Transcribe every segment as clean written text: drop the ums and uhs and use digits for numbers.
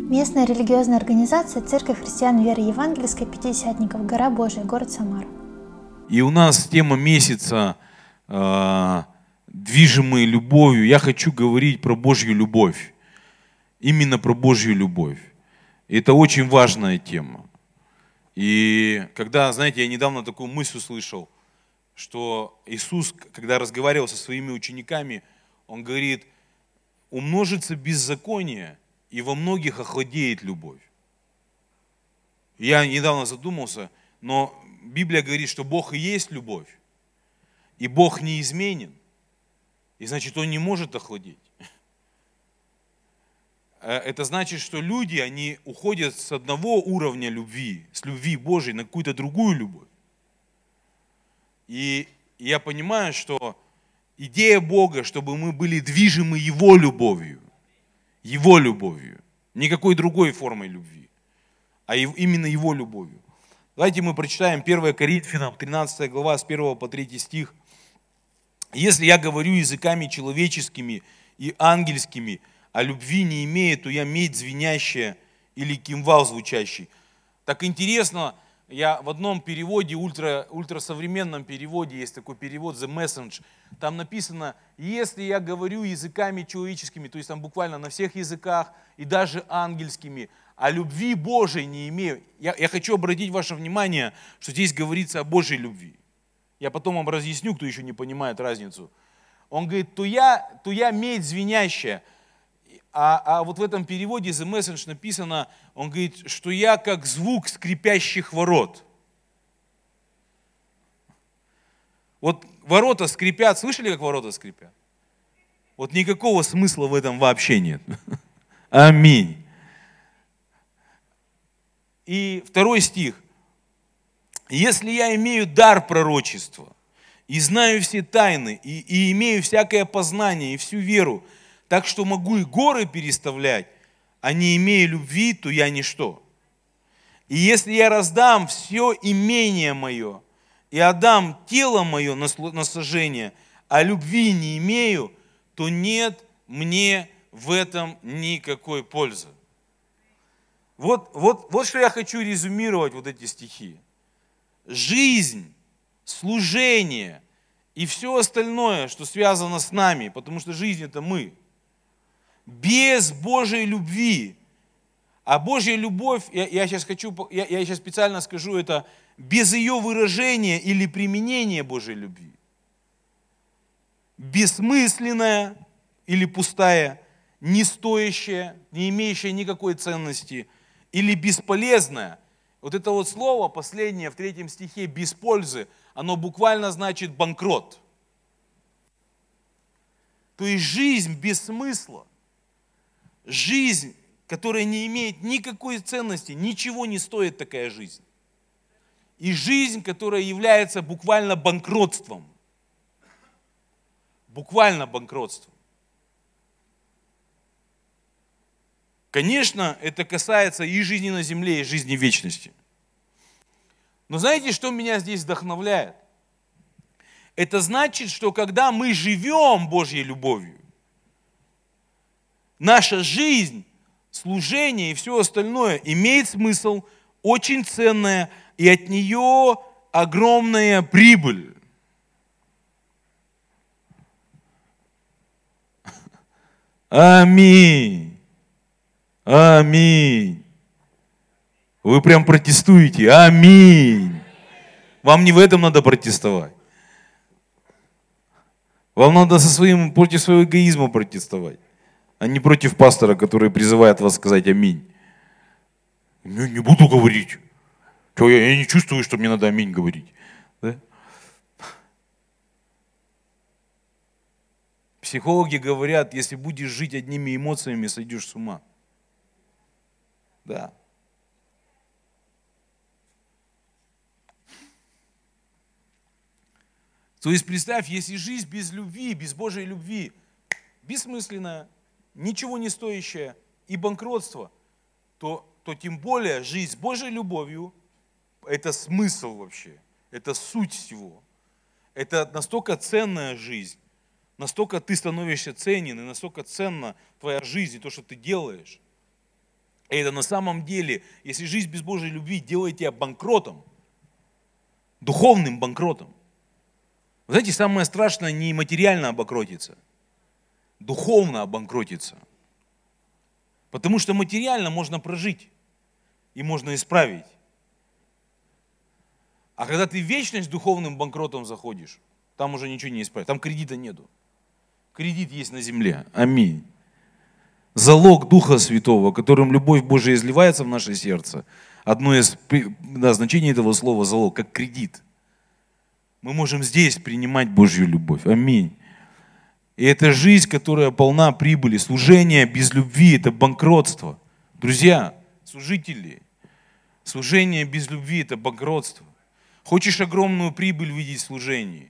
Местная религиозная организация «Церковь христиан веры евангельской пятидесятников. Гора Божия. Город Самара». И у нас тема месяца «Движимые любовью». Я хочу говорить про Божью любовь. Именно про Божью любовь. Это очень важная тема. И когда, знаете, я недавно такую мысль услышал, что Иисус, когда разговаривал со своими учениками, Он говорит: умножится беззаконие, и во многих охладеет любовь. Я недавно задумался, но Библия говорит, что Бог и есть любовь, и Бог неизменен, и значит, Он не может охладеть. Это значит, что люди, они уходят с одного уровня любви, с любви Божьей на какую-то другую любовь. И я понимаю, что идея Бога, чтобы мы были движимы Его любовью, никакой другой формой любви, а именно Его любовью. Давайте мы прочитаем 1 Коринфянам, 13 глава, с 1 по 3 стих. «Если я говорю языками человеческими и ангельскими, а любви не имею, то я медь звенящая или кимвал звучащий». Так интересно, я в одном переводе, ультрасовременном переводе, есть такой перевод The Message, там написано: если я говорю языками человеческими, то есть там буквально на всех языках и даже ангельскими, а любви Божией не имею. Я хочу обратить ваше внимание, что здесь говорится о Божьей любви. Я потом вам разъясню, кто еще не понимает разницу. Он говорит: то я медь звенящая. А вот в этом переводе The Message написано, он говорит, что я как звук скрипящих ворот. Вот ворота скрипят, слышали, как ворота скрипят? Вот никакого смысла в этом вообще нет. Аминь. И 2 стих. «Если я имею дар пророчества, и знаю все тайны, и имею всякое познание, и всю веру, так что могу и горы переставлять, а не имея любви, то я ничто. И если я раздам все имение мое, и отдам тело мое на сожжение, а любви не имею, то нет мне в этом никакой пользы». Вот что я хочу резюмировать вот эти стихи. Жизнь, служение и все остальное, что связано с нами, потому что жизнь – это мы, без Божьей любви. А Божья любовь, я сейчас специально скажу это, без ее выражения или применения Божьей любви. Бессмысленная или пустая, не стоящая, не имеющая никакой ценности, или бесполезная. Вот это вот слово последнее в 3 стихе, без пользы, оно буквально значит банкрот. То есть жизнь без смысла. Жизнь, которая не имеет никакой ценности, ничего не стоит такая жизнь. И жизнь, которая является буквально банкротством. Буквально банкротством. Конечно, это касается и жизни на земле, и жизни в вечности. Но знаете, что меня здесь вдохновляет? Это значит, что когда мы живем Божьей любовью, наша жизнь, служение и все остальное имеет смысл, очень ценное, и от нее огромная прибыль. Аминь. Аминь. Вы прям протестуете. Аминь. Вам не в этом надо протестовать. Вам надо против своего эгоизма протестовать, а не против пастора, который призывает вас сказать аминь. Не буду говорить. Я не чувствую, что мне надо аминь говорить. Да? Психологи говорят, если будешь жить одними эмоциями, сойдешь с ума. Да. То есть представь, если жизнь без любви, без Божьей любви, бессмысленная, ничего не стоящая и банкротство, то тем более жизнь с Божьей любовью – это смысл вообще, это суть всего. Это настолько ценная жизнь, настолько ты становишься ценен, и настолько ценна твоя жизнь и то, что ты делаешь. И это на самом деле, если жизнь без Божьей любви делает тебя банкротом, духовным банкротом. Вы знаете, самое страшное не материально обанкротиться, духовно обанкротиться. Потому что материально можно прожить и можно исправить. А когда ты в вечность духовным банкротом заходишь, там уже ничего не исправить, там кредита нету. Кредит есть на земле. Аминь. Залог Духа Святого, которым любовь Божия изливается в наше сердце. Одно из значений этого слова залог, как кредит. Мы можем здесь принимать Божью любовь. Аминь. И это жизнь, которая полна прибыли. Служение без любви – это банкротство. Друзья, служители, служение без любви – это банкротство. Хочешь огромную прибыль видеть в служении?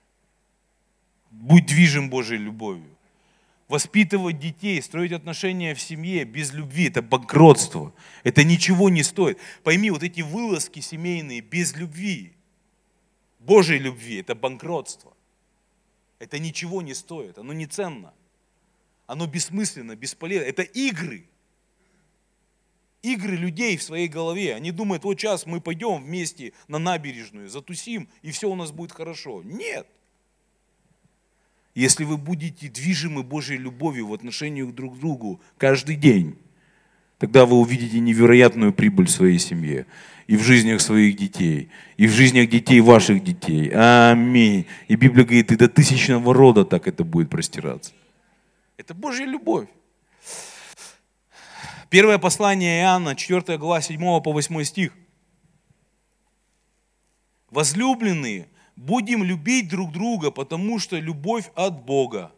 Будь движим Божьей любовью. Воспитывать детей, строить отношения в семье без любви – это банкротство. Это ничего не стоит. Пойми, вот эти вылазки семейные без любви, Божьей любви – это банкротство. Это ничего не стоит, оно не ценно. Оно бессмысленно, бесполезно. Это игры. Игры людей в своей голове. Они думают, вот сейчас мы пойдем вместе на набережную, затусим, и все у нас будет хорошо. Нет. Если вы будете движимы Божьей любовью в отношении друг к другу каждый день, тогда вы увидите невероятную прибыль в своей семье, и в жизнях своих детей, и в жизнях детей ваших детей. Аминь. И Библия говорит, и до тысячного рода так это будет простираться. Это Божья любовь. Первое послание Иоанна, 4 глава, 7 по 8 стих. Возлюбленные, будем любить друг друга, потому что любовь от Бога.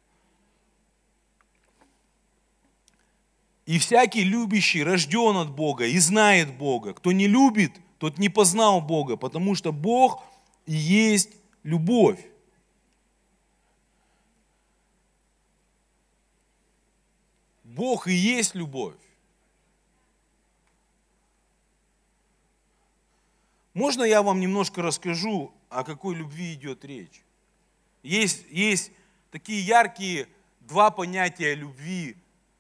И всякий любящий рожден от Бога и знает Бога. Кто не любит, тот не познал Бога, потому что Бог и есть любовь. Бог и есть любовь. Можно я вам немножко расскажу, о какой любви идет речь? Есть такие яркие два понятия любви,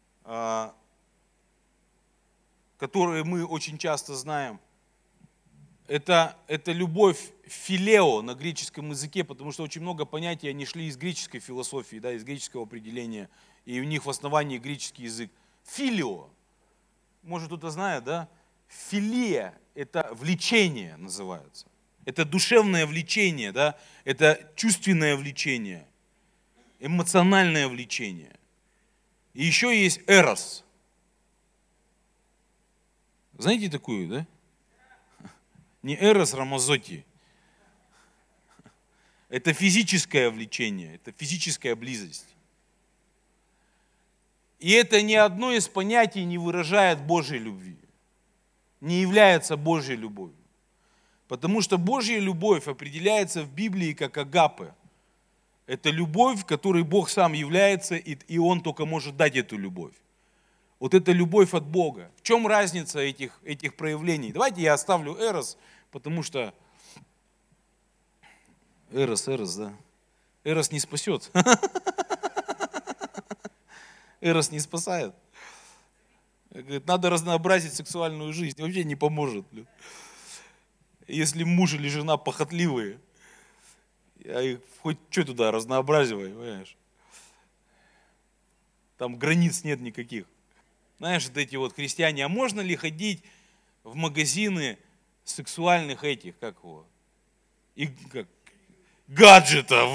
которые мы очень часто знаем. Это любовь филео на греческом языке, потому что очень много понятий, они шли из греческой философии, да, из греческого определения, и у них в основании греческий язык. Филио, может кто-то знает, да? Филия – это влечение называется. Это душевное влечение, да? Это чувственное влечение, эмоциональное влечение. И еще есть эрос. Знаете такую, да? Не эрос рамазотти. Это физическое влечение, это физическая близость. И это ни одно из понятий не выражает Божьей любви, не является Божьей любовью. Потому что Божья любовь определяется в Библии как агапе. Это любовь, в которой Бог сам является, и Он только может дать эту любовь. Вот это любовь от Бога. В чем разница этих проявлений? Давайте я оставлю эрос, потому что эрос, да? Эрос не спасет. Эрос не спасает. Говорит, надо разнообразить сексуальную жизнь. Вообще не поможет. Если муж или жена похотливые, хоть что туда разнообразивай, понимаешь? Там границ нет никаких. Знаешь, вот эти вот христиане, а можно ли ходить в магазины сексуальных этих, как его, гаджетов?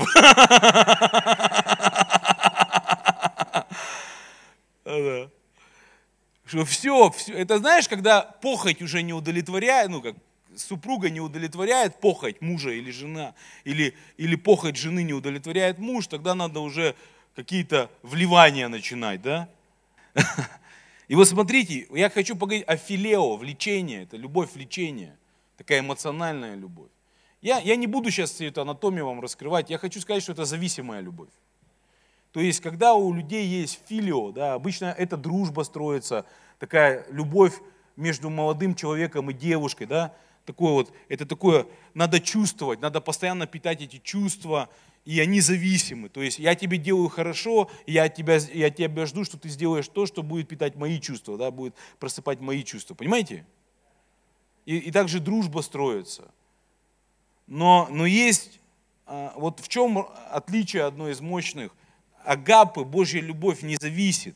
Что все, это знаешь, когда похоть уже не удовлетворяет, как супруга не удовлетворяет похоть мужа или жена, или похоть жены не удовлетворяет муж, тогда надо уже какие-то вливания начинать, да? И вот смотрите, я хочу поговорить о филео, влечение, это любовь влечения, такая эмоциональная любовь. Я не буду сейчас всю эту анатомию вам раскрывать, я хочу сказать, что это зависимая любовь. То есть, когда у людей есть филио, да, обычно это дружба строится, такая любовь между молодым человеком и девушкой, да, это такое, надо чувствовать, надо постоянно питать эти чувства, и они зависимы. То есть я тебе делаю хорошо, я тебя жду, что ты сделаешь то, что будет питать мои чувства, да, будет просыпать мои чувства. Понимаете? И также дружба строится. Но есть, вот в чем отличие одно из мощных. Агапы, Божья любовь не зависит.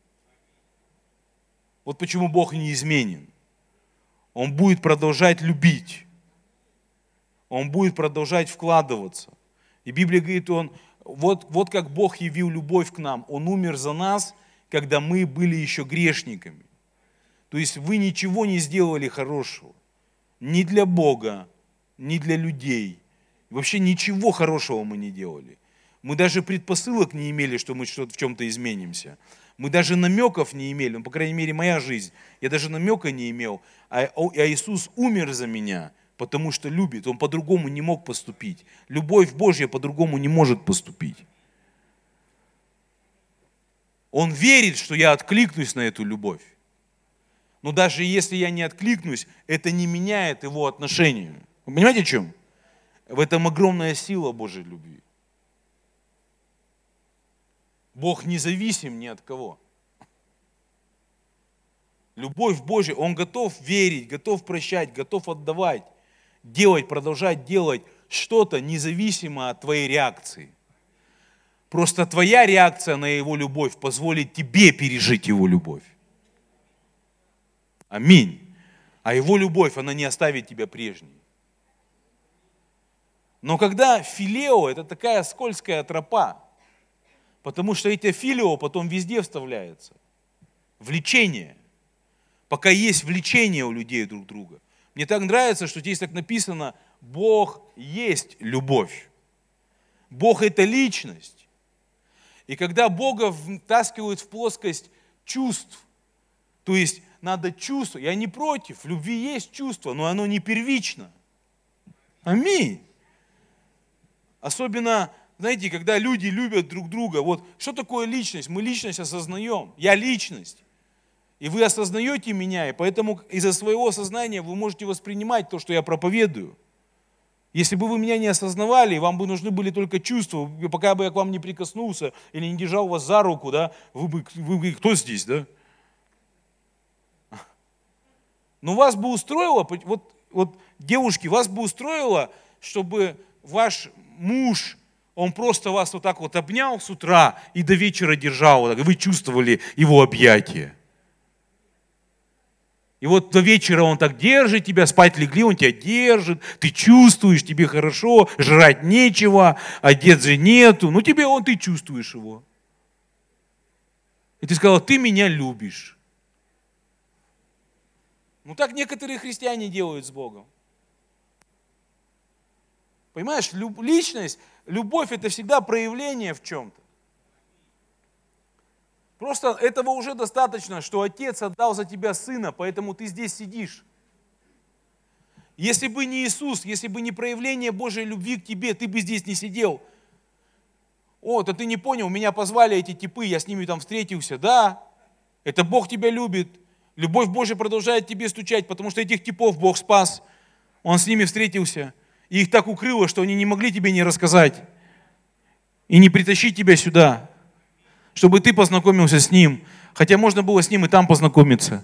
Вот почему Бог неизменен. Он будет продолжать любить. Он будет продолжать вкладываться. И Библия говорит, вот как Бог явил любовь к нам. Он умер за нас, когда мы были еще грешниками. То есть вы ничего не сделали хорошего. Ни для Бога, ни для людей. Вообще ничего хорошего мы не делали. Мы даже предпосылок не имели, что мы что-то в чем-то изменимся. Мы даже намеков не имели, по крайней мере, моя жизнь. Я даже намека не имел. А Иисус умер за меня, потому что любит. Он по-другому не мог поступить. Любовь Божья по-другому не может поступить. Он верит, что я откликнусь на эту любовь. Но даже если я не откликнусь, это не меняет его отношение. Вы понимаете, в чем? В этом огромная сила Божьей любви. Бог независим ни от кого. Любовь Божья, Он готов верить, готов прощать, готов отдавать, делать, продолжать делать что-то независимо от твоей реакции. Просто твоя реакция на Его любовь позволит тебе пережить Его любовь. Аминь. А Его любовь, она не оставит тебя прежней. Но когда филео, это такая скользкая тропа, потому что эти филео потом везде вставляется. Влечение. Пока есть влечение у людей друг друга. Мне так нравится, что здесь так написано, Бог есть любовь. Бог это личность. И когда Бога втаскивают в плоскость чувств, то есть надо чувствовать, я не против, в любви есть чувство, но оно не первично. Аминь. Особенно, знаете, когда люди любят друг друга, вот что такое личность? Мы личность осознаем, я личность. И вы осознаете меня, и поэтому из-за своего сознания вы можете воспринимать то, что я проповедую. Если бы вы меня не осознавали, вам бы нужны были только чувства, пока бы я к вам не прикоснулся или не держал вас за руку, да, вы бы кто здесь, да? Но вас бы устроило, вот девушки, вас бы устроило, чтобы ваш муж, он просто вас вот так вот обнял с утра и до вечера держал, вот так, и вы чувствовали его объятия. И вот до вечера он так держит тебя, спать легли, он тебя держит, ты чувствуешь, тебе хорошо, жрать нечего, одеться нету, ну ты чувствуешь его. И ты сказал, ты меня любишь. Ну так некоторые христиане делают с Богом. Понимаешь, личность, любовь это всегда проявление в чем-то. Просто этого уже достаточно, что Отец отдал за тебя Сына, поэтому ты здесь сидишь. Если бы не Иисус, если бы не проявление Божьей любви к тебе, ты бы здесь не сидел. Да ты не понял, меня позвали эти типы, я с ними там встретился. Да, это Бог тебя любит. Любовь Божья продолжает тебе стучать, потому что этих типов Бог спас. Он с ними встретился. И их так укрыло, что они не могли тебе не рассказать. И не притащить тебя сюда, чтобы ты познакомился с Ним. Хотя можно было с Ним и там познакомиться.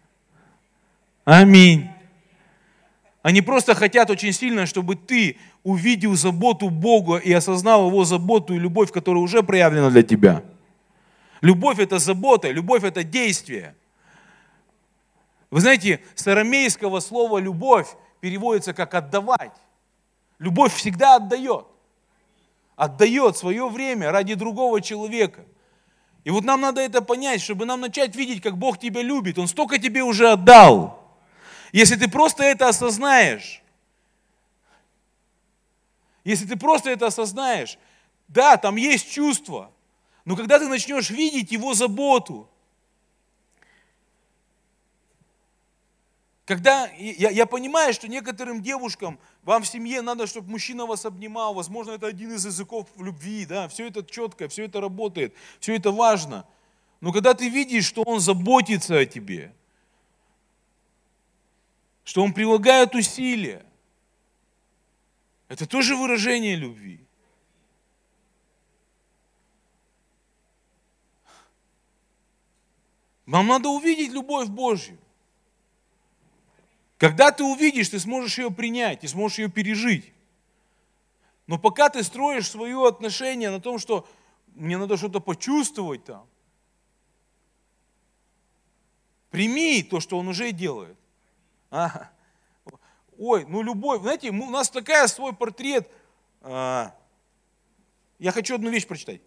Аминь. Они просто хотят очень сильно, чтобы ты увидел заботу Бога и осознал Его заботу и любовь, которая уже проявлена для тебя. Любовь – это забота, любовь – это действие. Вы знаете, с арамейского слова «любовь» переводится как «отдавать». Любовь всегда отдает. Отдает свое время ради другого человека. И вот нам надо это понять, чтобы нам начать видеть, как Бог тебя любит. Он столько тебе уже отдал. Если ты просто это осознаешь, да, там есть чувство, но когда ты начнешь видеть Его заботу, когда я понимаю, что некоторым девушкам, вам в семье надо, чтобы мужчина вас обнимал, возможно, это один из языков любви, да, все это четко, все это работает, все это важно. Но когда ты видишь, что он заботится о тебе, что он прилагает усилия, это тоже выражение любви. Нам надо увидеть любовь Божью. Когда ты увидишь, ты сможешь ее принять, ты сможешь ее пережить. Но пока ты строишь свое отношение на том, что мне надо что-то почувствовать там, прими то, что он уже делает. Ой, ну любовь, знаете, у нас такая свой портрет. Я хочу одну вещь прочитать.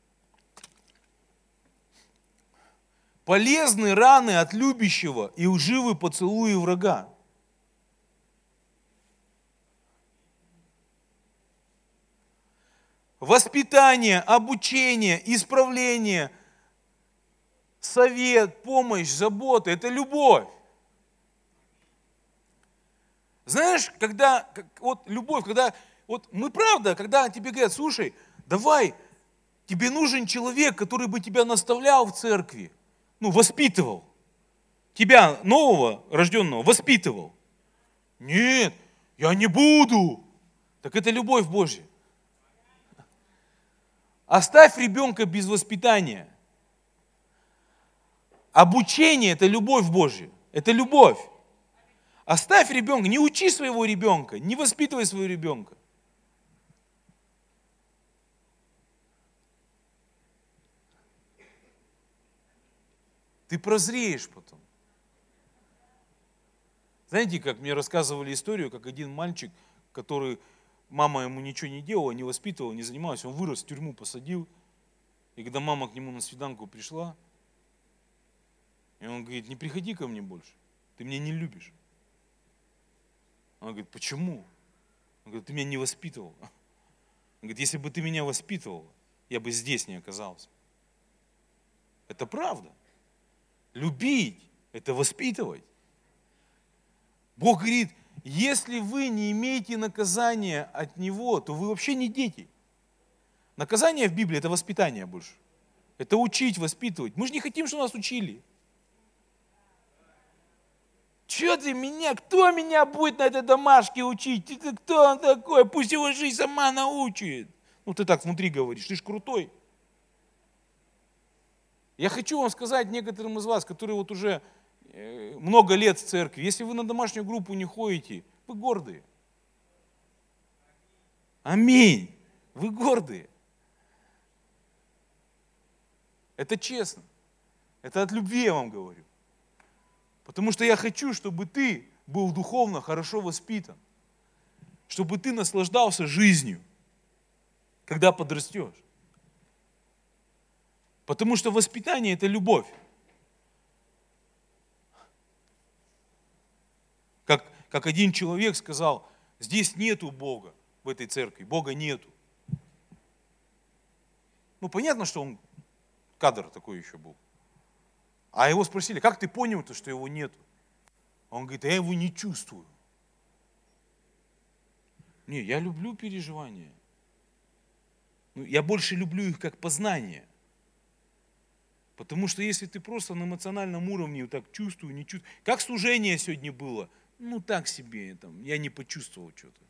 Полезны раны от любящего и лживые поцелуи врага. Воспитание, обучение, исправление, совет, помощь, забота – это любовь. Знаешь, когда, вот любовь, когда, вот мы правда, когда тебе говорят, слушай, давай, тебе нужен человек, который бы тебя наставлял в церкви, воспитывал. Тебя, нового, рожденного, воспитывал. Нет, я не буду. Так это любовь Божья. Оставь ребенка без воспитания. Обучение – это любовь Божья. Это любовь. Оставь ребенка, не учи своего ребенка, не воспитывай своего ребенка. Ты прозреешь потом. Знаете, как мне рассказывали историю, как один мальчик, который, мама ему ничего не делала, не воспитывала, не занималась, он вырос, в тюрьму посадил. И когда мама к нему на свиданку пришла, и он говорит, не приходи ко мне больше, ты меня не любишь. Она говорит, почему? Он говорит, ты меня не воспитывал. Он говорит, если бы ты меня воспитывал, я бы здесь не оказался. Это правда. Любить – это воспитывать. Бог говорит, если вы не имеете наказания от Него, то вы вообще не дети. Наказание в Библии – это воспитание больше. Это учить, воспитывать. Мы же не хотим, чтобы нас учили. Че ты меня, кто меня будет на этой домашке учить? Ты кто он такой? Пусть его жизнь сама научит. Ты так внутри говоришь, ты ж крутой. Я хочу вам сказать некоторым из вас, которые вот уже много лет в церкви, если вы на домашнюю группу не ходите, вы гордые. Аминь. Вы гордые. Это честно. Это от любви я вам говорю. Потому что я хочу, чтобы ты был духовно хорошо воспитан. Чтобы ты наслаждался жизнью, когда подрастешь. Потому что воспитание – это любовь. Как один человек сказал, здесь нету Бога в этой церкви, Бога нету. Понятно, что он кадр такой еще был. А его спросили, как ты понял-то, что его нету? Он говорит, я его не чувствую. Не, я люблю переживания. Я больше люблю их как познание. Потому что если ты просто на эмоциональном уровне так чувствую, не чувствую. Как служение сегодня было? Так себе, я не почувствовал что-то.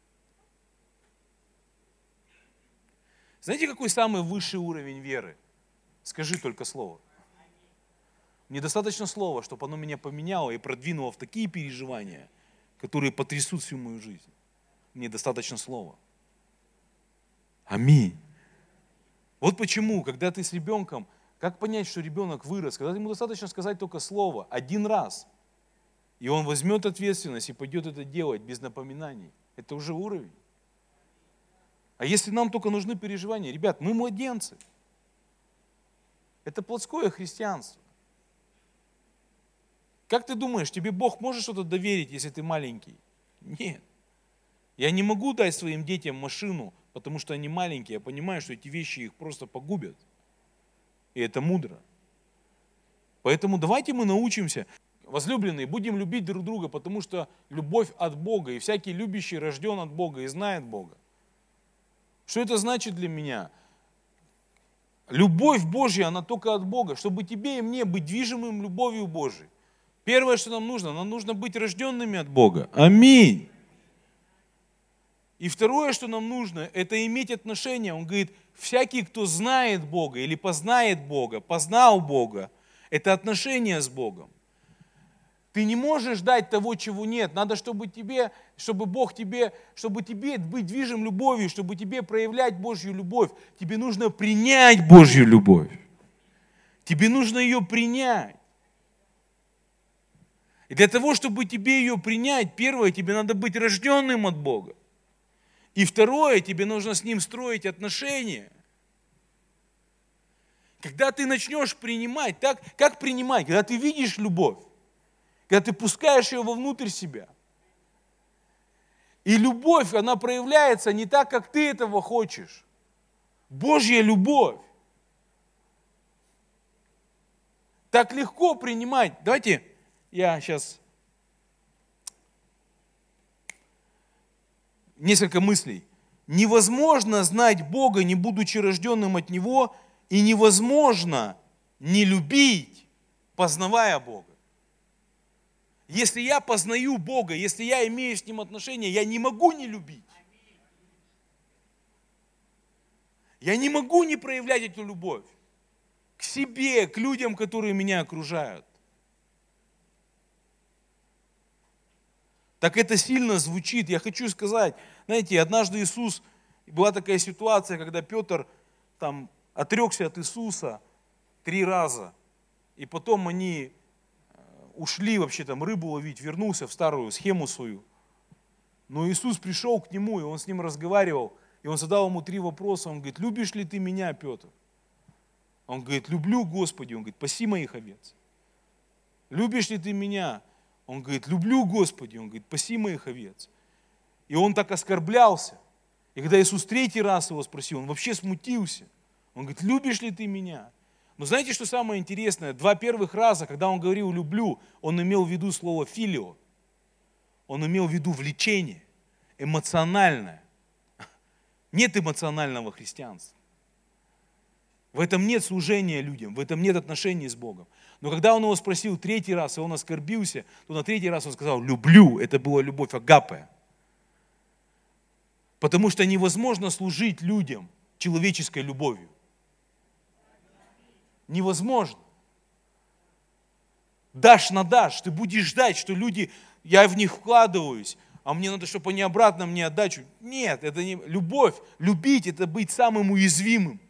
Знаете, какой самый высший уровень веры? Скажи только слово. Мне достаточно слова, чтобы оно меня поменяло и продвинуло в такие переживания, которые потрясут всю мою жизнь. Мне достаточно слова. Аминь. Вот почему, когда ты с ребенком, как понять, что ребенок вырос, когда ему достаточно сказать только слово один раз, и он возьмет ответственность и пойдет это делать без напоминаний. Это уже уровень. А если нам только нужны переживания, ребят, мы младенцы. Это плотское христианство. Как ты думаешь, тебе Бог может что-то доверить, если ты маленький? Нет. Я не могу дать своим детям машину, потому что они маленькие. Я понимаю, что эти вещи их просто погубят. И это мудро. Поэтому давайте мы научимся, возлюбленные, будем любить друг друга, потому что любовь от Бога, и всякий любящий рожден от Бога и знает Бога. Что это значит для меня? Любовь Божья, она только от Бога, чтобы тебе и мне быть движимым любовью Божией. Первое, что нам нужно быть рожденными от Бога. Аминь. И второе, что нам нужно, это иметь отношения. Он говорит, всякий, кто знает Бога или познает Бога, познал Бога, Это отношения с Богом. Ты не можешь дать того, чего нет. Надо, чтобы Бог тебе, чтобы тебе быть движим любовью, чтобы тебе проявлять Божью любовь. Тебе нужно принять Божью любовь. Тебе нужно ее принять. И для того, чтобы тебе ее принять, первое, тебе надо быть рожденным от Бога. И второе, тебе нужно с Ним строить отношения. Когда ты начнешь принимать, так, как принимать? Когда ты видишь любовь, когда ты пускаешь ее вовнутрь себя. И любовь, она проявляется не так, как ты этого хочешь. Божья любовь. Так легко принимать. Давайте я сейчас несколько мыслей. Невозможно знать Бога, не будучи рожденным от Него, и невозможно не любить, познавая Бога. Если я познаю Бога, если я имею с Ним отношения, я не могу не любить. Я не могу не проявлять эту любовь к себе, к людям, которые меня окружают. Так это сильно звучит. Я хочу сказать, знаете, однажды Иисус, была такая ситуация, когда Петр там отрекся от Иисуса 3 раза, и потом они ушли вообще там рыбу ловить, вернулся в старую схему свою. Но Иисус пришел к нему, и он с ним разговаривал, и он задал ему 3 вопроса. Он говорит: любишь ли ты меня, Петр? Он говорит: люблю, Господи. Он говорит: паси моих овец. Любишь ли ты меня? Он говорит: люблю, Господи. Он говорит: паси моих овец. И он так оскорблялся. И когда Иисус 3 раз его спросил, он вообще смутился. Он говорит: любишь ли ты меня? Но знаете, что самое интересное? 2 первых раза, когда он говорил «люблю», он имел в виду слово «филио». Он имел в виду влечение, эмоциональное. Нет эмоционального христианства. В этом нет служения людям, в этом нет отношений с Богом. Но когда он его спросил 3 раз, и он оскорбился, то на 3 раз он сказал «люблю». Это была любовь агапе. Потому что невозможно служить людям человеческой любовью. Невозможно. Дашь на дашь, ты будешь ждать, что люди, я в них вкладываюсь, а мне надо, чтобы они обратно мне отдачу. Нет, это не любовь. Любить – это быть самым уязвимым.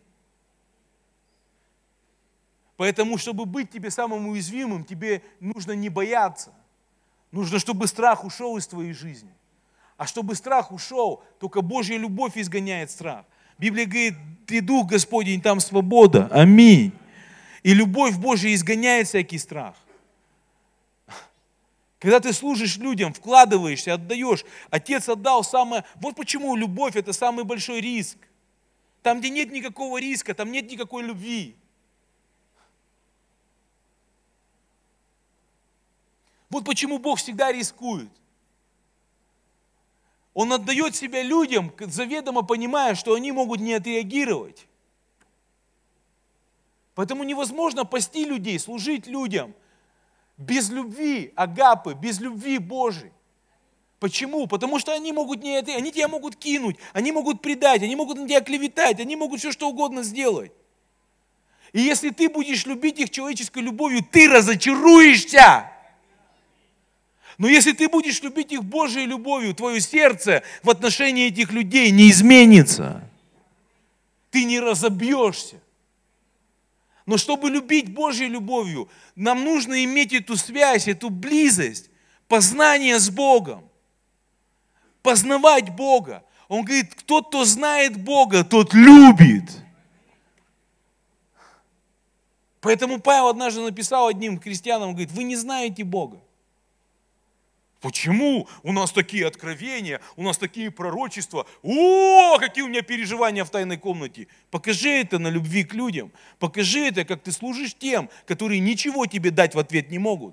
Поэтому, чтобы быть тебе самым уязвимым, тебе нужно не бояться. Нужно, чтобы страх ушел из твоей жизни. А чтобы страх ушел, только Божья любовь изгоняет страх. Библия говорит: ты Дух Господень, там свобода. Аминь. И любовь Божья изгоняет всякий страх. Когда ты служишь людям, вкладываешься, отдаешь, Отец отдал самое... Вот почему любовь – это самый большой риск. Там, где нет никакого риска, там нет никакой любви. Вот почему Бог всегда рискует. Он отдает себя людям, заведомо понимая, что они могут не отреагировать. Поэтому невозможно пасти людей, служить людям без любви агапы, без любви Божией. Почему? Потому что они могут не это, они тебя могут кинуть, они могут предать, они могут на тебя клеветать, они могут все что угодно сделать. И если ты будешь любить их человеческой любовью, ты разочаруешься. Но если ты будешь любить их Божьей любовью, твое сердце в отношении этих людей не изменится. Ты не разобьешься. Но чтобы любить Божьей любовью, нам нужно иметь эту связь, эту близость, познание с Богом. Познавать Бога. Он говорит: тот, кто знает Бога, тот любит. Поэтому Павел однажды написал одним христианам, говорит: вы не знаете Бога. Почему? У нас такие откровения, у нас такие пророчества. О, какие у меня переживания в тайной комнате. Покажи это на любви к людям. Покажи это, как ты служишь тем, которые ничего тебе дать в ответ не могут.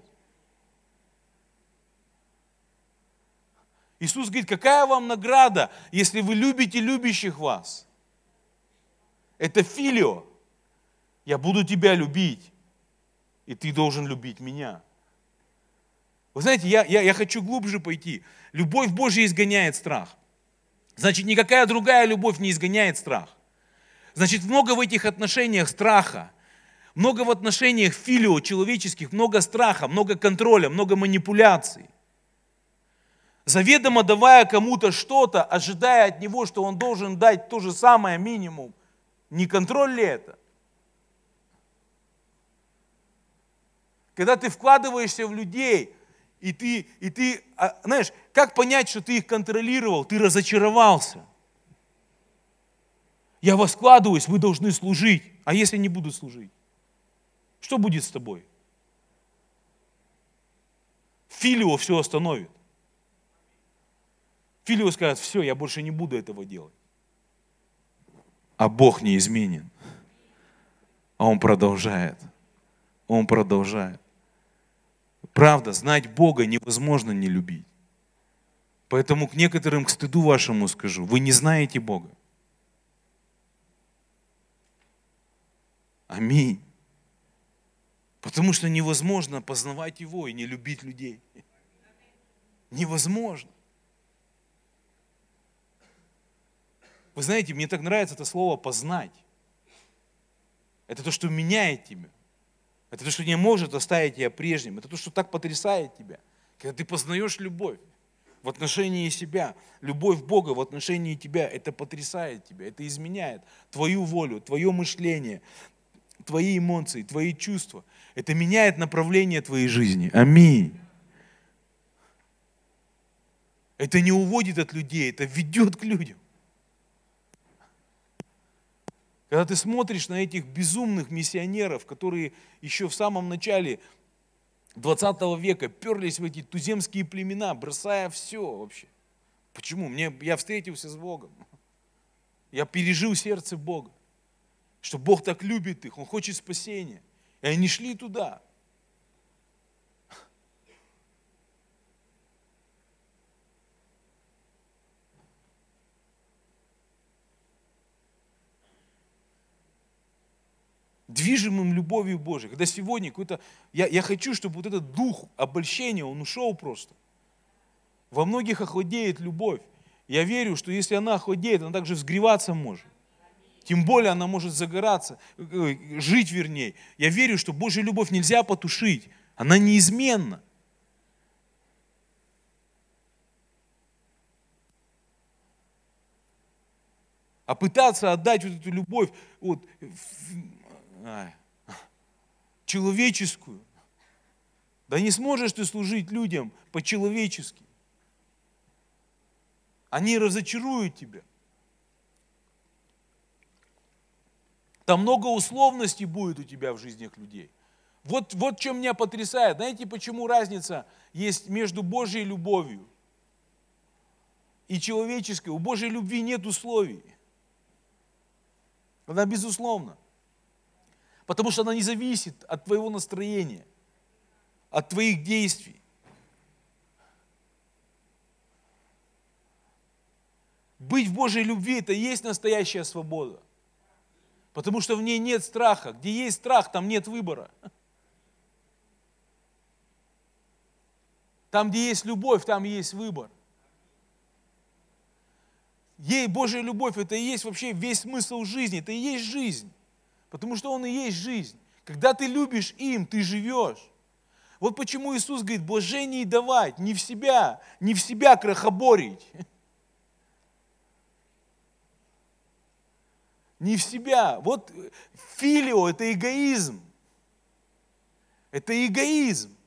Иисус говорит: какая вам награда, если вы любите любящих вас? Это филио. Я буду тебя любить, и ты должен любить меня. Вы знаете, я хочу глубже пойти. Любовь Божья изгоняет страх. Значит, никакая другая любовь не изгоняет страх. Значит, много в этих отношениях страха. Много в отношениях филио человеческих, много страха, много контроля, много манипуляций. Заведомо давая кому-то что-то, ожидая от него, что он должен дать то же самое минимум. Не контроль ли это? Когда ты вкладываешься в людей, и ты, знаешь, как понять, что ты их контролировал? Ты разочаровался. Я вас вкладываюсь, вы должны служить. А если не буду служить? Что будет с тобой? Филио все остановит. Филио скажет, все, я больше не буду этого делать. А Бог не изменен. А Он продолжает. Он продолжает. Правда, знать Бога невозможно не любить. Поэтому к некоторым, к стыду вашему скажу, вы не знаете Бога. Аминь. Потому что невозможно познавать Его и не любить людей. Невозможно. Вы знаете, мне так нравится это слово «познать». Это то, что меняет тебя. Это то, что не может оставить тебя прежним. Это то, что так потрясает тебя. Когда ты познаешь любовь в отношении себя, любовь Бога в отношении тебя, это потрясает тебя, это изменяет твою волю, твое мышление, твои эмоции, твои чувства. Это меняет направление твоей жизни. Аминь. Это не уводит от людей, это ведет к людям. Когда ты смотришь на этих безумных миссионеров, которые еще в самом начале 20 века перлись в эти туземские племена, бросая все вообще. Почему? Я встретился с Богом. Я пережил сердце Бога. Что Бог так любит их, Он хочет спасения. И они шли туда. Движимым любовью Божией. Когда сегодня какой-то... Я хочу, чтобы вот этот дух обольщения, он ушел просто. Во многих охладеет любовь. Я верю, что если она охладеет, она также взгреваться может. Тем более она может загораться, жить вернее. Я верю, что Божью любовь нельзя потушить. Она неизменна. А пытаться отдать вот эту любовь человеческую. Да не сможешь ты служить людям по-человечески. Они разочаруют тебя. Там много условностей будет у тебя в жизнях людей. Вот что меня потрясает. Знаете, почему разница есть между Божьей любовью и человеческой? У Божьей любви нет условий. Она безусловна. Потому что она не зависит от твоего настроения, от твоих действий. Быть в Божьей любви – это и есть настоящая свобода. Потому что в ней нет страха. Где есть страх, там нет выбора. Там, где есть любовь, там есть выбор. Ей Божья любовь – это и есть вообще весь смысл жизни, это и есть жизнь. Потому что Он и есть жизнь. Когда ты любишь им, ты живешь. Вот почему Иисус говорит, блажение давать, не в себя крохоборить. Не в себя. Вот филио – это эгоизм. Это эгоизм.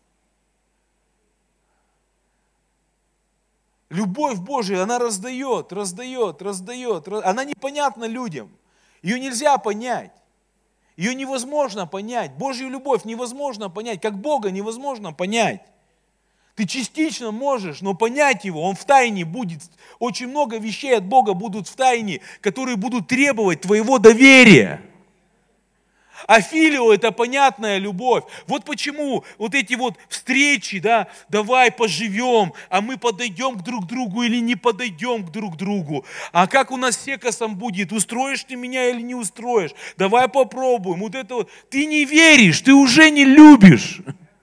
Любовь Божия, она раздает. Она непонятна людям. Ее нельзя понять. Ее невозможно понять. Божью любовь невозможно понять. Как Бога невозможно понять. Ты частично можешь, но понять Его, Он в тайне будет. Очень много вещей от Бога будут в тайне, которые будут требовать твоего доверия. А филио – это понятная любовь. Вот почему вот эти вот встречи, давай поживем, а мы подойдем к друг другу или не подойдем к друг другу. А как у нас с секосом будет, устроишь ты меня или не устроишь? Давай попробуем. Вот это вот. Ты не веришь, ты уже не любишь.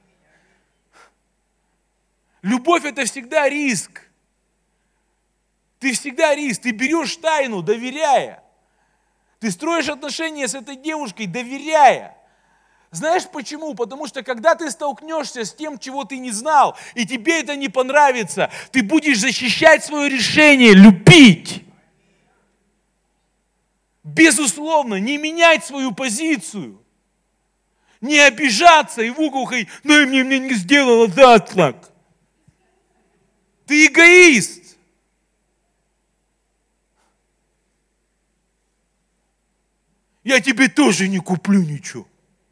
Любовь – это всегда риск. Ты всегда риск. Ты берешь тайну, доверяя. Ты строишь отношения с этой девушкой, доверяя. Знаешь почему? Потому что когда ты столкнешься с тем, чего ты не знал, и тебе это не понравится, ты будешь защищать свое решение любить. Безусловно, не менять свою позицию. Не обижаться и в угол ходить, ну и мне не сделала так. Ты эгоист. Я тебе тоже не куплю ничего.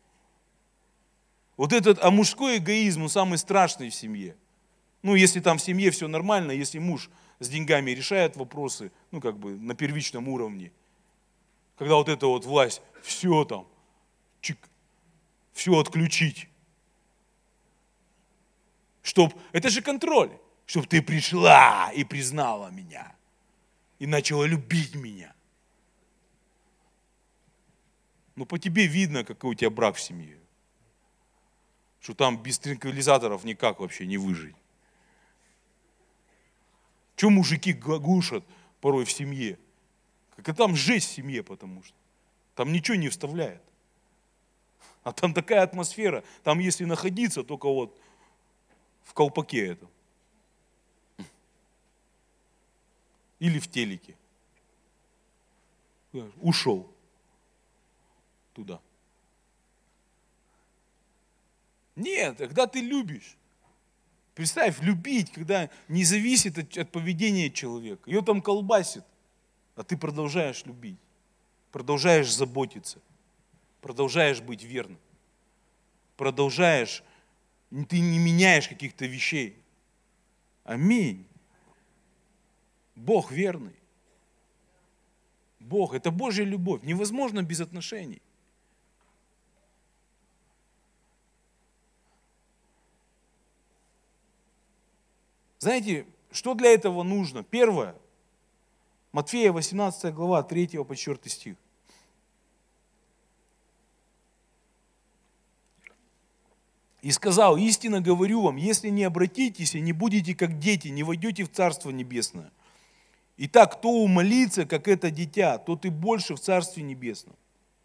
Вот этот, а мужской эгоизм, он самый страшный в семье. Ну, если там в семье все нормально, если муж с деньгами решает вопросы, ну, как бы на первичном уровне. Когда вот эта вот власть, все там, чик, все отключить. Это же контроль, чтобы ты пришла и признала меня, и начала любить меня. Ну, по тебе видно, какой у тебя брак в семье. Что там без транквилизаторов никак вообще не выжить. Чего мужики глушат порой в семье? Как и там жесть в семье, потому что там ничего не вставляет. А там такая атмосфера, там если находиться, только вот в колпаке этом. Или в телеке. Ушел туда. Нет, когда ты любишь. Представь, любить, когда не зависит от поведения человека. Ее там колбасит, а ты продолжаешь любить. Продолжаешь заботиться. Продолжаешь быть верным. Продолжаешь, ты не меняешь каких-то вещей. Аминь. Бог верный. Бог, это Божья любовь. Невозможно без отношений. Знаете, что для этого нужно? Первое. Матфея 18 глава, 3 по 4 стих. И сказал: истинно говорю вам, если не обратитесь и не будете как дети, не войдете в Царство Небесное. Итак, кто умолится, как это дитя, тот и больше в Царстве Небесном.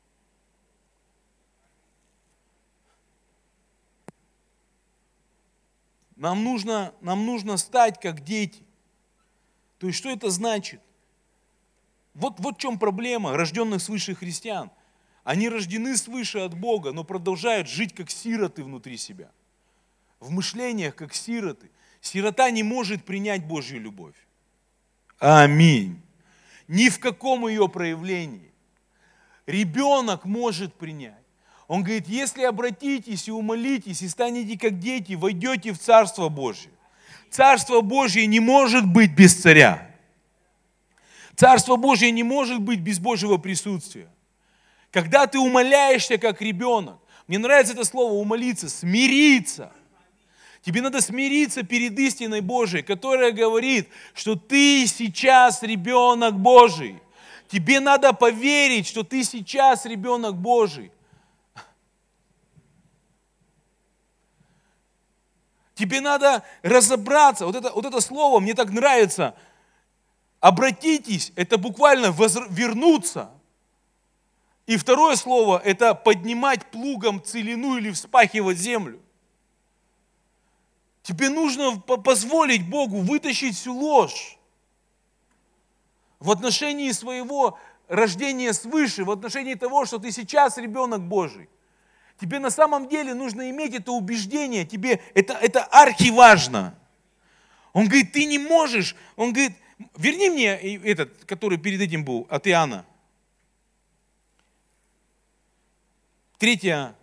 Нам нужно стать как дети. То есть, что это значит? Вот в чем проблема рожденных свыше христиан. Они рождены свыше от Бога, но продолжают жить как сироты внутри себя. В мышлениях как сироты. Сирота не может принять Божью любовь. Аминь. Ни в каком ее проявлении. Ребенок может принять. Он говорит, если обратитесь и умолитесь, и станете как дети, войдете в Царство Божье. Царство Божье не может быть без царя. Царство Божье не может быть без Божьего присутствия. Когда ты умоляешься как ребенок, мне нравится это слово умолиться, смириться. Тебе надо смириться перед истиной Божией, которая говорит, что ты сейчас ребенок Божий. Тебе надо поверить, что ты сейчас ребенок Божий. Тебе надо разобраться. Вот это слово мне так нравится. Обратитесь, это буквально вернуться. И второе слово, это поднимать плугом целину или вспахивать землю. Тебе нужно позволить Богу вытащить всю ложь в отношении своего рождения свыше, в отношении того, что ты сейчас ребенок Божий. Тебе на самом деле нужно иметь это убеждение, тебе это архиважно. Он говорит, ты не можешь, он говорит, верни мне этот, который перед этим был, от Иоанна. 1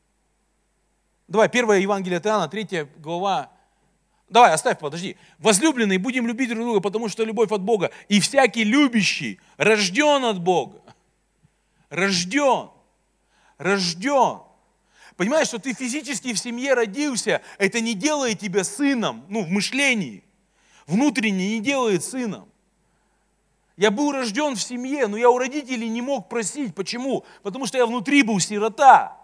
Евангелие от Иоанна, 3 глава. Давай, оставь, подожди. Возлюбленные, будем любить друг друга, потому что любовь от Бога. И всякий любящий рожден от Бога. Рожден. Понимаешь, что ты физически в семье родился, это не делает тебя сыном, в мышлении. Внутренне не делает сыном. Я был рожден в семье, но я у родителей не мог просить. Почему? Потому что я внутри был сирота.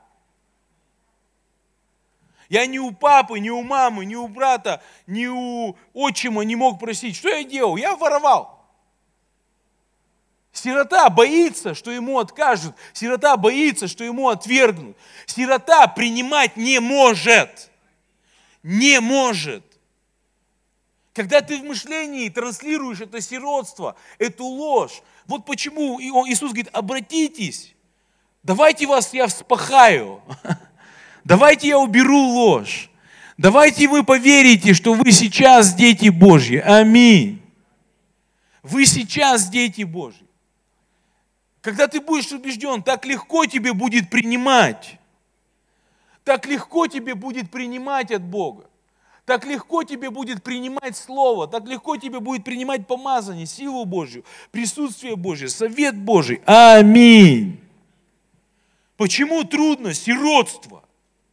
Я ни у папы, ни у мамы, ни у брата, ни у отчима не мог просить. Что я делал? Я воровал. Сирота боится, что ему откажут. Сирота боится, что ему отвергнут. Сирота принимать не может. Не может. Когда ты в мышлении транслируешь это сиротство, эту ложь, вот почему Иисус говорит, обратитесь, давайте вас я вспахаю, давайте я уберу ложь, давайте вы поверите, что вы сейчас дети Божьи. Аминь. Вы сейчас дети Божьи. Когда ты будешь убежден, так легко тебе будет принимать. Так легко тебе будет принимать от Бога. Так легко тебе будет принимать Слово, так легко тебе будет принимать помазание, силу Божью, присутствие Божье, совет Божий. Аминь. Почему трудно? Сиротство.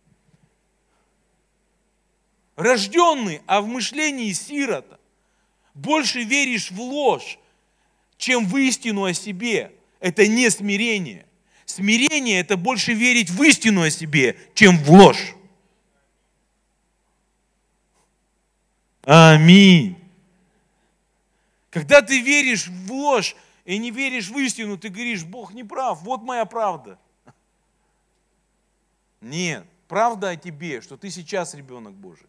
Рожденный, а в мышлении сирота. Больше веришь в ложь, чем в истину о себе. Это не смирение. Смирение – это больше верить в истину о себе, чем в ложь. Аминь. Когда ты веришь в ложь и не веришь в истину, ты говоришь, Бог не прав, вот моя правда. Нет, правда о тебе, что ты сейчас ребенок Божий.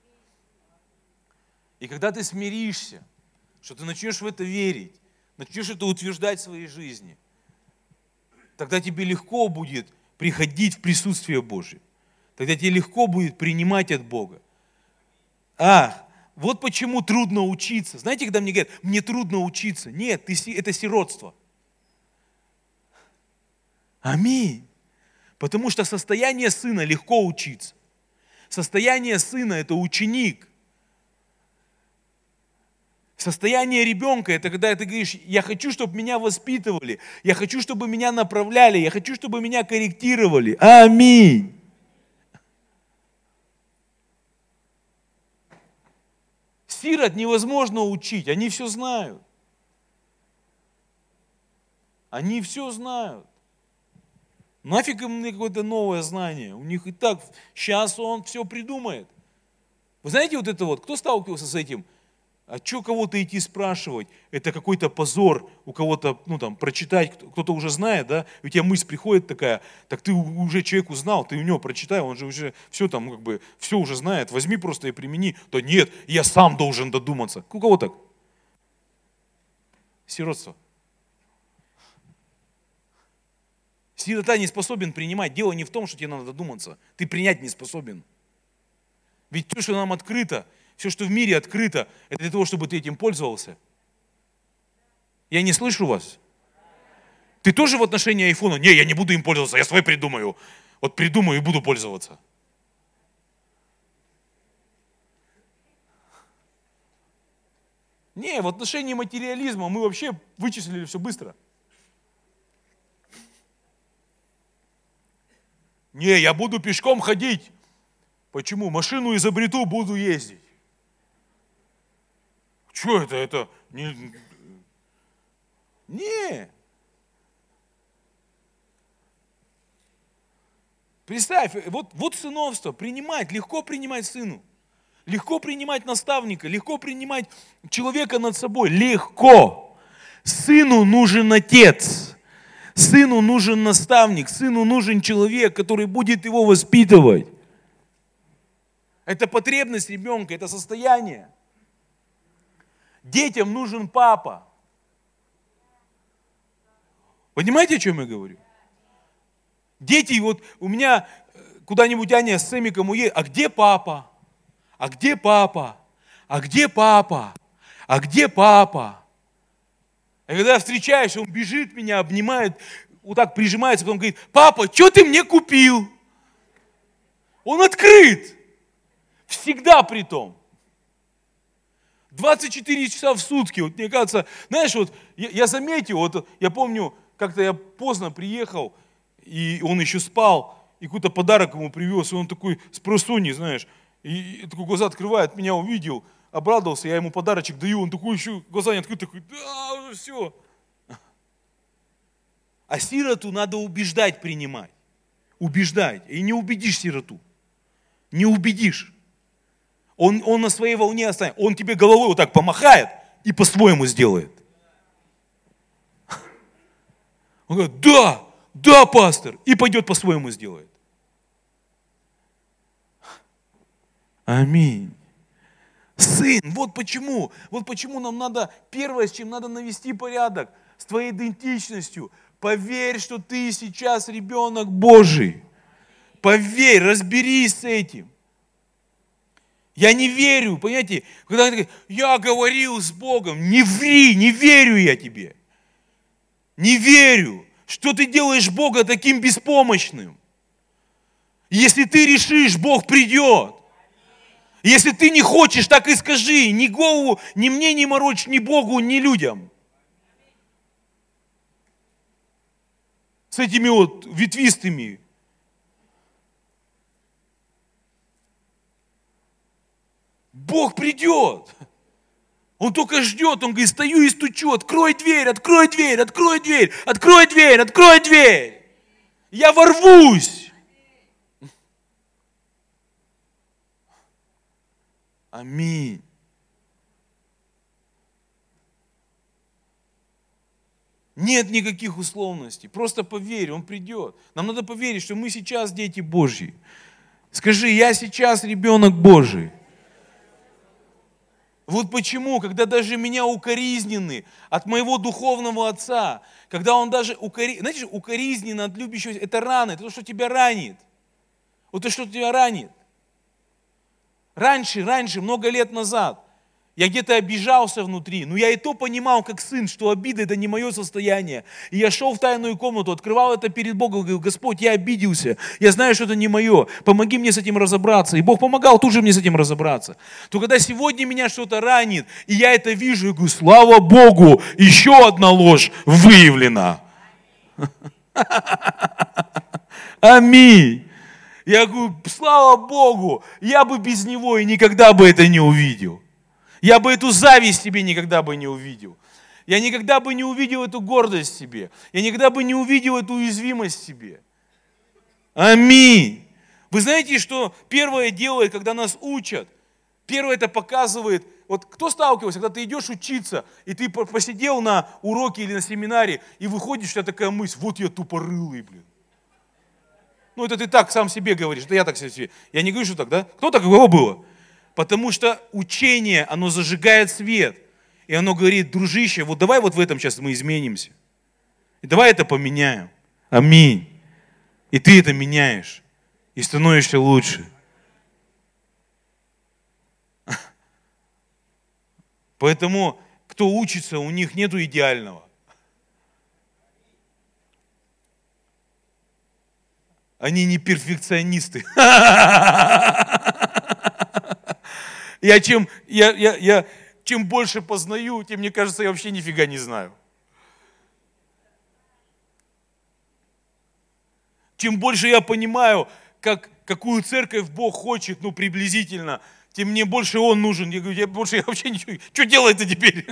И когда ты смиришься, что ты начнешь в это верить, начнешь это утверждать в своей жизни, тогда тебе легко будет приходить в присутствие Божие. Тогда тебе легко будет принимать от Бога. Вот почему трудно учиться. Знаете, когда мне говорят, мне трудно учиться. Нет, это сиротство. Аминь. Потому что состояние сына легко учиться. Состояние сына – это ученик. Состояние ребенка – это когда ты говоришь, я хочу, чтобы меня воспитывали, я хочу, чтобы меня направляли, я хочу, чтобы меня корректировали. Аминь. Сирот невозможно учить, они все знают. Они все знают. Нафиг им мне какое-то новое знание? У них и так, сейчас он все придумает. Вы знаете вот это вот, кто сталкивался с этим? А что кого-то идти спрашивать? Это какой-то позор у кого-то, прочитать, кто-то уже знает, да? И у тебя мысль приходит такая, так ты уже человек узнал, ты у него прочитай, он же уже все все уже знает, возьми просто и примени. Да нет, я сам должен додуматься. У кого так? Сиротство. Сирота не способен принимать. Дело не в том, что тебе надо додуматься. Ты принять не способен. Ведь все, что нам открыто, все, что в мире открыто, это для того, чтобы ты этим пользовался. Я не слышу вас. Ты тоже в отношении айфона? Не, я не буду им пользоваться, я свой придумаю. Вот придумаю и буду пользоваться. Не, в отношении материализма мы вообще вычислили все быстро. Не, я буду пешком ходить. Почему? Машину изобрету, буду ездить. Что это? Это не. Представь, вот сыновство, принимать, легко принимать сыну. Легко принимать наставника, легко принимать человека над собой. Легко. Сыну нужен отец. Сыну нужен наставник. Сыну нужен человек, который будет его воспитывать. Это потребность ребенка, это состояние. Детям нужен папа. Понимаете, о чем я говорю? Дети, вот у меня куда-нибудь Аня с Сэмиком уедет, а где папа? А где папа? А где папа? А где папа? И когда я встречаюсь, он бежит меня, обнимает, вот так прижимается, потом говорит, папа, что ты мне купил? Он открыт. Всегда при том. 24 часа в сутки. Вот мне кажется, знаешь, вот я заметил, вот я помню, как-то я поздно приехал, и он еще спал, и какой-то подарок ему привез, и он такой с просонья, знаешь, и такой глаза открывает, меня увидел, обрадовался, я ему подарочек даю, он такой еще, глаза не открыты, такой, да, уже все. А сироту надо убеждать принимать. Убеждать. И не убедишь сироту. Не убедишь. Он на своей волне останется. Он тебе головой вот так помахает и по-своему сделает. Он говорит, да, да, пастор, и пойдет по-своему сделает. Аминь. Сын, вот почему нам надо, первое, с чем надо навести порядок, с твоей идентичностью. Поверь, что ты сейчас ребенок Божий. Поверь, разберись с этим. Я не верю, понимаете, когда они говорят, я говорил с Богом, не ври, не верю я тебе. Не верю, что ты делаешь Бога таким беспомощным. Если ты решишь, Бог придет. Если ты не хочешь, так и скажи, ни голову, ни мне не морочь, ни Богу, ни людям. С этими вот ветвистыми. Бог придет. Он только ждет, он говорит, стою и стучу, открой дверь, открой дверь, открой дверь, открой дверь, открой дверь. Я ворвусь. Аминь. Нет никаких условностей. Просто поверь, Он придет. Нам надо поверить, что мы сейчас дети Божьи. Скажи, я сейчас ребенок Божий. Вот почему, когда даже меня укоризнены от моего духовного отца, когда он даже знаете, укоризненно от любящего, это рана, это то, что тебя ранит. Вот то, что тебя ранит. Раньше, много лет назад, я где-то обижался внутри, но я и то понимал, как сын, что обида – это не мое состояние. И я шел в тайную комнату, открывал это перед Богом, говорил, Господь, я обиделся, я знаю, что это не мое, помоги мне с этим разобраться. И Бог помогал тут же мне с этим разобраться. То когда сегодня меня что-то ранит, и я это вижу, я говорю, слава Богу, еще одна ложь выявлена. Аминь. Я говорю, слава Богу, я бы без него и никогда бы это не увидел. Я бы эту зависть себе никогда бы не увидел. Я никогда бы не увидел эту гордость в себе. Я никогда бы не увидел эту уязвимость в себе. Аминь. Вы знаете, что первое делает, когда нас учат? Первое это показывает, вот кто сталкивался, когда ты идешь учиться, и ты посидел на уроке или на семинаре, и выходишь, у тебя такая мысль, вот я тупорылый, блин. Ну, это ты так сам себе говоришь, это я так себе. Я не говорю, что так, да? Кто так, у кого было? Потому что учение, оно зажигает свет. И оно говорит, дружище, вот давай вот в этом сейчас мы изменимся. И давай это поменяем. Аминь. И ты это меняешь. И становишься лучше. Поэтому, кто учится, у них нету идеального. Они не перфекционисты. Чем больше познаю, тем мне кажется, я вообще нифига не знаю. Чем больше я понимаю, какую церковь Бог хочет, приблизительно, тем мне больше Он нужен. Я говорю, я вообще ничего, что делать-то теперь?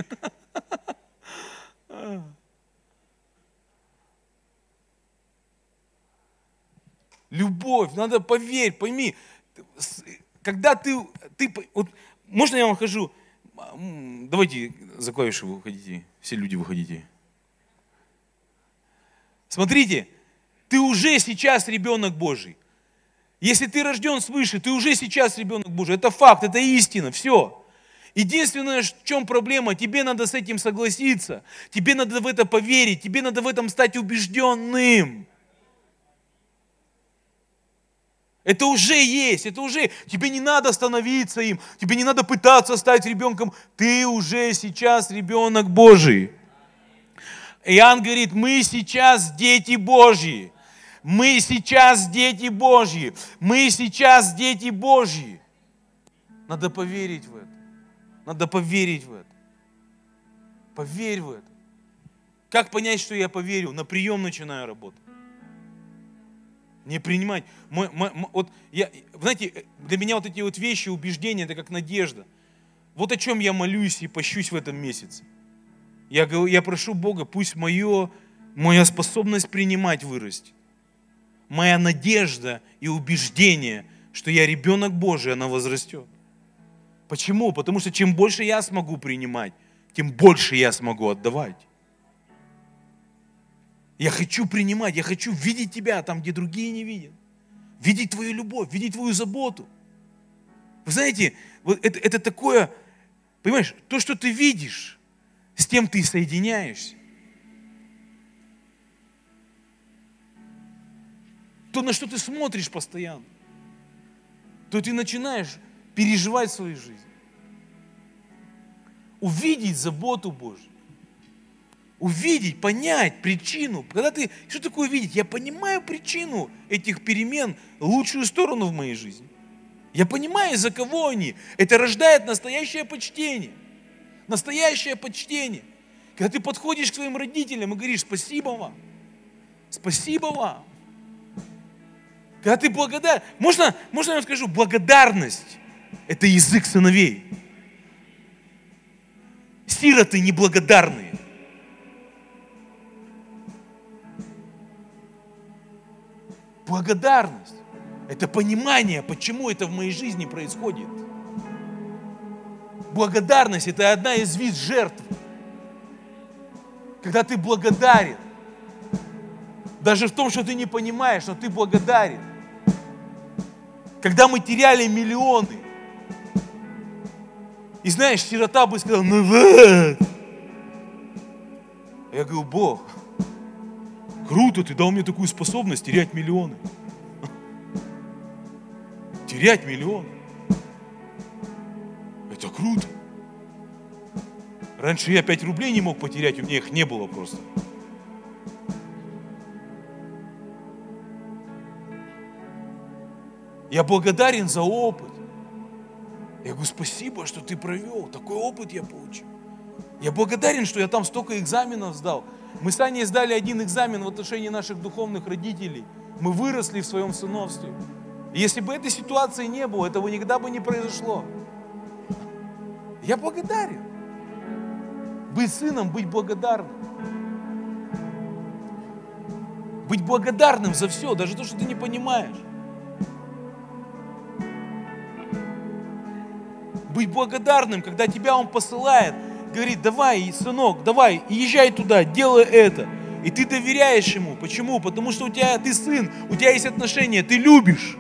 Любовь, надо поверь, пойми, когда ты вот, можно я вам скажу, давайте за клавиши выходите, все люди выходите. Смотрите, ты уже сейчас ребенок Божий. Если ты рожден свыше, ты уже сейчас ребенок Божий. Это факт, это истина, все. Единственное, в чем проблема, тебе надо с этим согласиться, тебе надо в это поверить, тебе надо в этом стать убежденным. Это уже есть, это уже, тебе не надо становиться им, тебе не надо пытаться стать ребенком, ты уже сейчас ребенок Божий. Иоанн говорит, мы сейчас дети Божьи, мы сейчас дети Божьи, мы сейчас дети Божьи. Надо поверить в это, надо поверить в это, поверь в это. Как понять, что я поверил? На прием начинаю работать. Не принимать. Знаете, для меня вот эти вот вещи, убеждения, это как надежда. Вот о чем я молюсь и пощусь в этом месяце. Я прошу Бога, пусть моя способность принимать вырастет. Моя надежда и убеждение, что я ребенок Божий, она возрастет. Почему? Потому что чем больше я смогу принимать, тем больше я смогу отдавать. Я хочу принимать, я хочу видеть Тебя там, где другие не видят. Видеть Твою любовь, видеть Твою заботу. Вы знаете, вот это такое, понимаешь, то, что ты видишь, с тем ты соединяешься. То, на что ты смотришь постоянно, то ты начинаешь переживать свою жизнь. Увидеть заботу Божью. Увидеть, понять причину. Что такое видеть? Я понимаю причину этих перемен, лучшую сторону в моей жизни. Я понимаю, из-за кого они. Это рождает настоящее почтение. Настоящее почтение. Когда ты подходишь к своим родителям и говоришь: спасибо вам. Спасибо вам. Когда ты благодарен. Можно я вам скажу, благодарность – это язык сыновей. Сироты неблагодарные. Благодарность – это понимание, почему это в моей жизни происходит. Благодарность – это одна из видов жертв. Когда ты благодарен, даже в том, что ты не понимаешь, но ты благодарен. Когда мы теряли миллионы, и знаешь, сирота бы сказал: ну вот. Я говорю: Бог, круто, ты дал мне такую способность терять миллионы. Терять миллионы. Это круто. Раньше я 5 рублей не мог потерять, у меня их не было просто. Я благодарен за опыт. Я говорю: спасибо, что ты провел. Такой опыт я получил. Я благодарен, что я там столько экзаменов сдал. Мы с Аней сдали 1 экзамен в отношении наших духовных родителей. Мы выросли в своем сыновстве. И если бы этой ситуации не было, этого никогда бы не произошло. Я благодарен. Быть сыном, быть благодарным. Быть благодарным за все, даже то, что ты не понимаешь. Быть благодарным, когда тебя Он посылает, говорит: давай, сынок, давай, езжай туда, делай это. И ты доверяешь Ему. Почему? Потому что ты сын, у тебя есть отношения, ты любишь.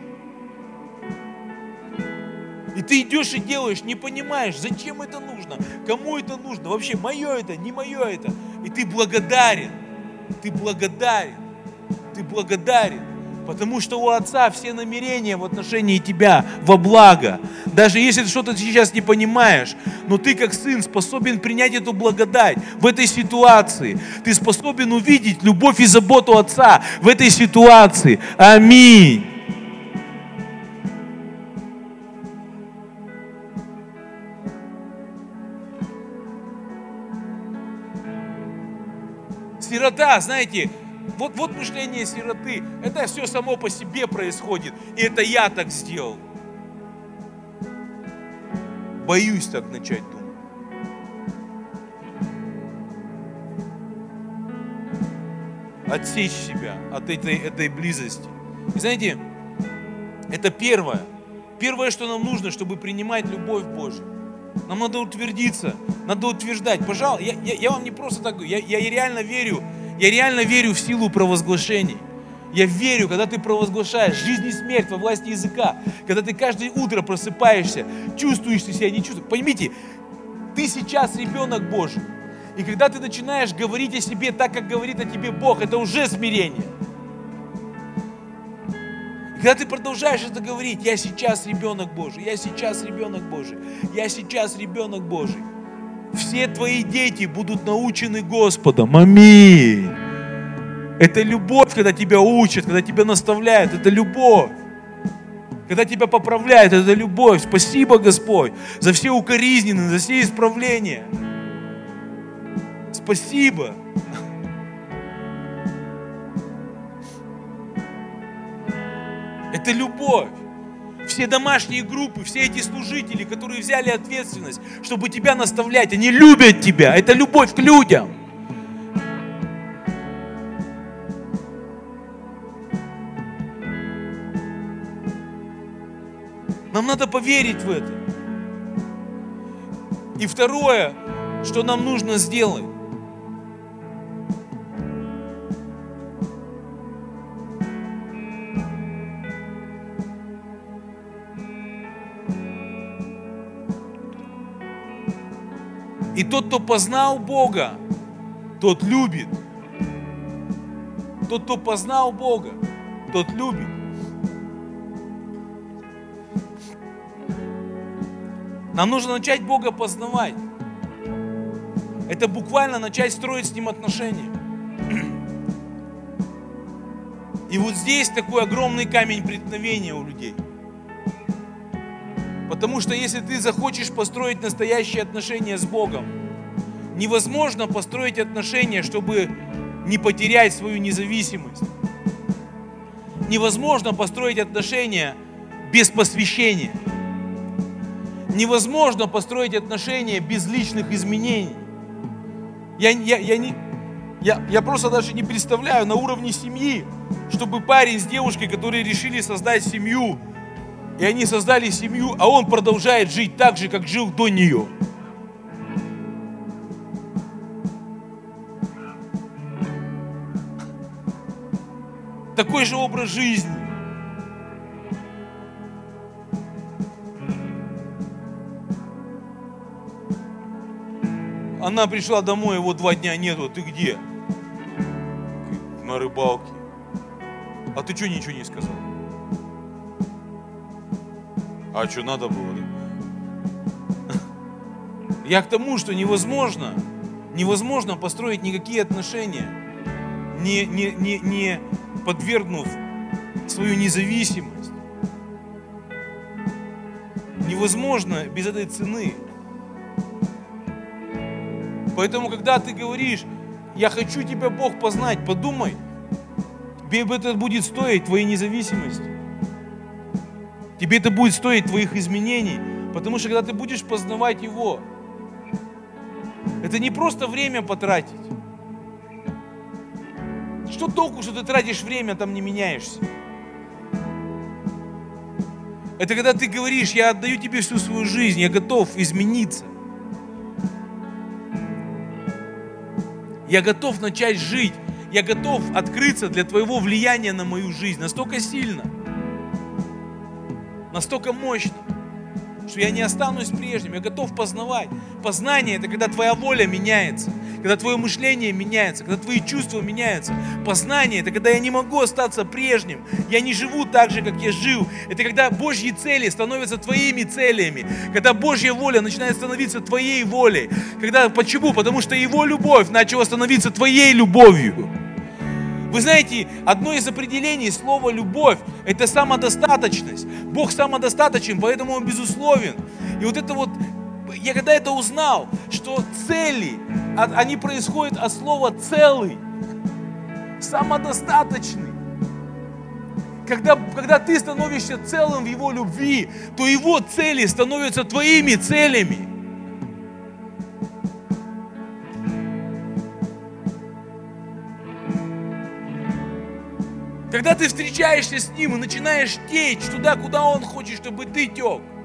И ты идешь и делаешь, не понимаешь, зачем это нужно, кому это нужно, вообще мое это, не мое это. И ты благодарен, ты благодарен, ты благодарен. Потому что у Отца все намерения в отношении тебя во благо. Даже если ты что-то сейчас не понимаешь, но ты как сын способен принять эту благодать в этой ситуации. Ты способен увидеть любовь и заботу Отца в этой ситуации. Аминь. Сирота, знаете, вот мышление сироты, это все само по себе происходит, и это я так сделал. Боюсь так начать думать. Отсечь себя от этой близости. И знаете, это первое. Первое, что нам нужно, чтобы принимать любовь Божью. Нам надо утвердиться, надо утверждать. Пожалуйста, я вам не просто так говорю, я реально верю в силу провозглашений. Я верю, когда ты провозглашаешь жизнь и смерть во власти языка, когда ты каждое утро просыпаешься, чувствуешь ты себя, не чувствуешь. Поймите, ты сейчас ребенок Божий. И когда ты начинаешь говорить о себе так, как говорит о тебе Бог, это уже смирение. И когда ты продолжаешь это говорить: я сейчас ребенок Божий, я сейчас ребенок Божий, я сейчас ребенок Божий. Все твои дети будут научены Господом. Аминь. Это любовь, когда тебя учат, когда тебя наставляют. Это любовь. Когда тебя поправляют, это любовь. Спасибо, Господь, за все укоризненные, за все исправления. Спасибо. Это любовь. Все домашние группы, все эти служители, которые взяли ответственность, чтобы тебя наставлять, они любят тебя. Это любовь к людям. Нам надо поверить в это. И второе, что нам нужно сделать. И тот, кто познал Бога, тот любит. Тот, кто познал Бога, тот любит. Нам нужно начать Бога познавать. Это буквально начать строить с Ним отношения. И вот здесь такой огромный камень преткновения у людей. Потому что если ты захочешь построить настоящие отношения с Богом, невозможно построить отношения, чтобы не потерять свою независимость. Невозможно построить отношения без посвящения. Невозможно построить отношения без личных изменений. Я просто даже не представляю на уровне семьи, чтобы парень с девушкой, которые решили создать семью, и они создали семью, а он продолжает жить так же, как жил до нее. Такой же образ жизни. Она пришла домой, его 2 дня нету, ты где? На рыбалке. А ты что ничего не сказал? А что надо было? Я к тому, что невозможно построить никакие отношения, не подвергнув свою независимость. Невозможно без этой цены. Поэтому, когда ты говоришь, я хочу тебя, Бог, познать, подумай, тебе это будет стоить твоей независимости. Тебе это будет стоить твоих изменений. Потому что, когда ты будешь познавать Его, это не просто время потратить. Что толку, что ты тратишь время, там не меняешься? Это когда ты говоришь, я отдаю тебе всю свою жизнь, я готов измениться. Я готов начать жить. Я готов открыться для твоего влияния на мою жизнь настолько сильно, настолько мощно, что я не останусь прежним. Я готов познавать. Познание – это когда твоя воля меняется, когда твое мышление меняется, когда твои чувства меняются. Познание – это когда я не могу остаться прежним. Я не живу так же, как я жил. Это когда Божьи цели становятся твоими целями. Когда Божья воля начинает становиться твоей волей. Почему? Потому что Его любовь начала становиться твоей любовью. Вы знаете, одно из определений слова «любовь» – это самодостаточность. Бог самодостаточен, поэтому Он безусловен. И вот это вот, я когда это узнал, что цели, они происходят от слова «целый», самодостаточный. Когда ты становишься целым в Его любви, то Его цели становятся твоими целями. Когда ты встречаешься с Ним и начинаешь течь туда, куда Он хочет, чтобы ты тек,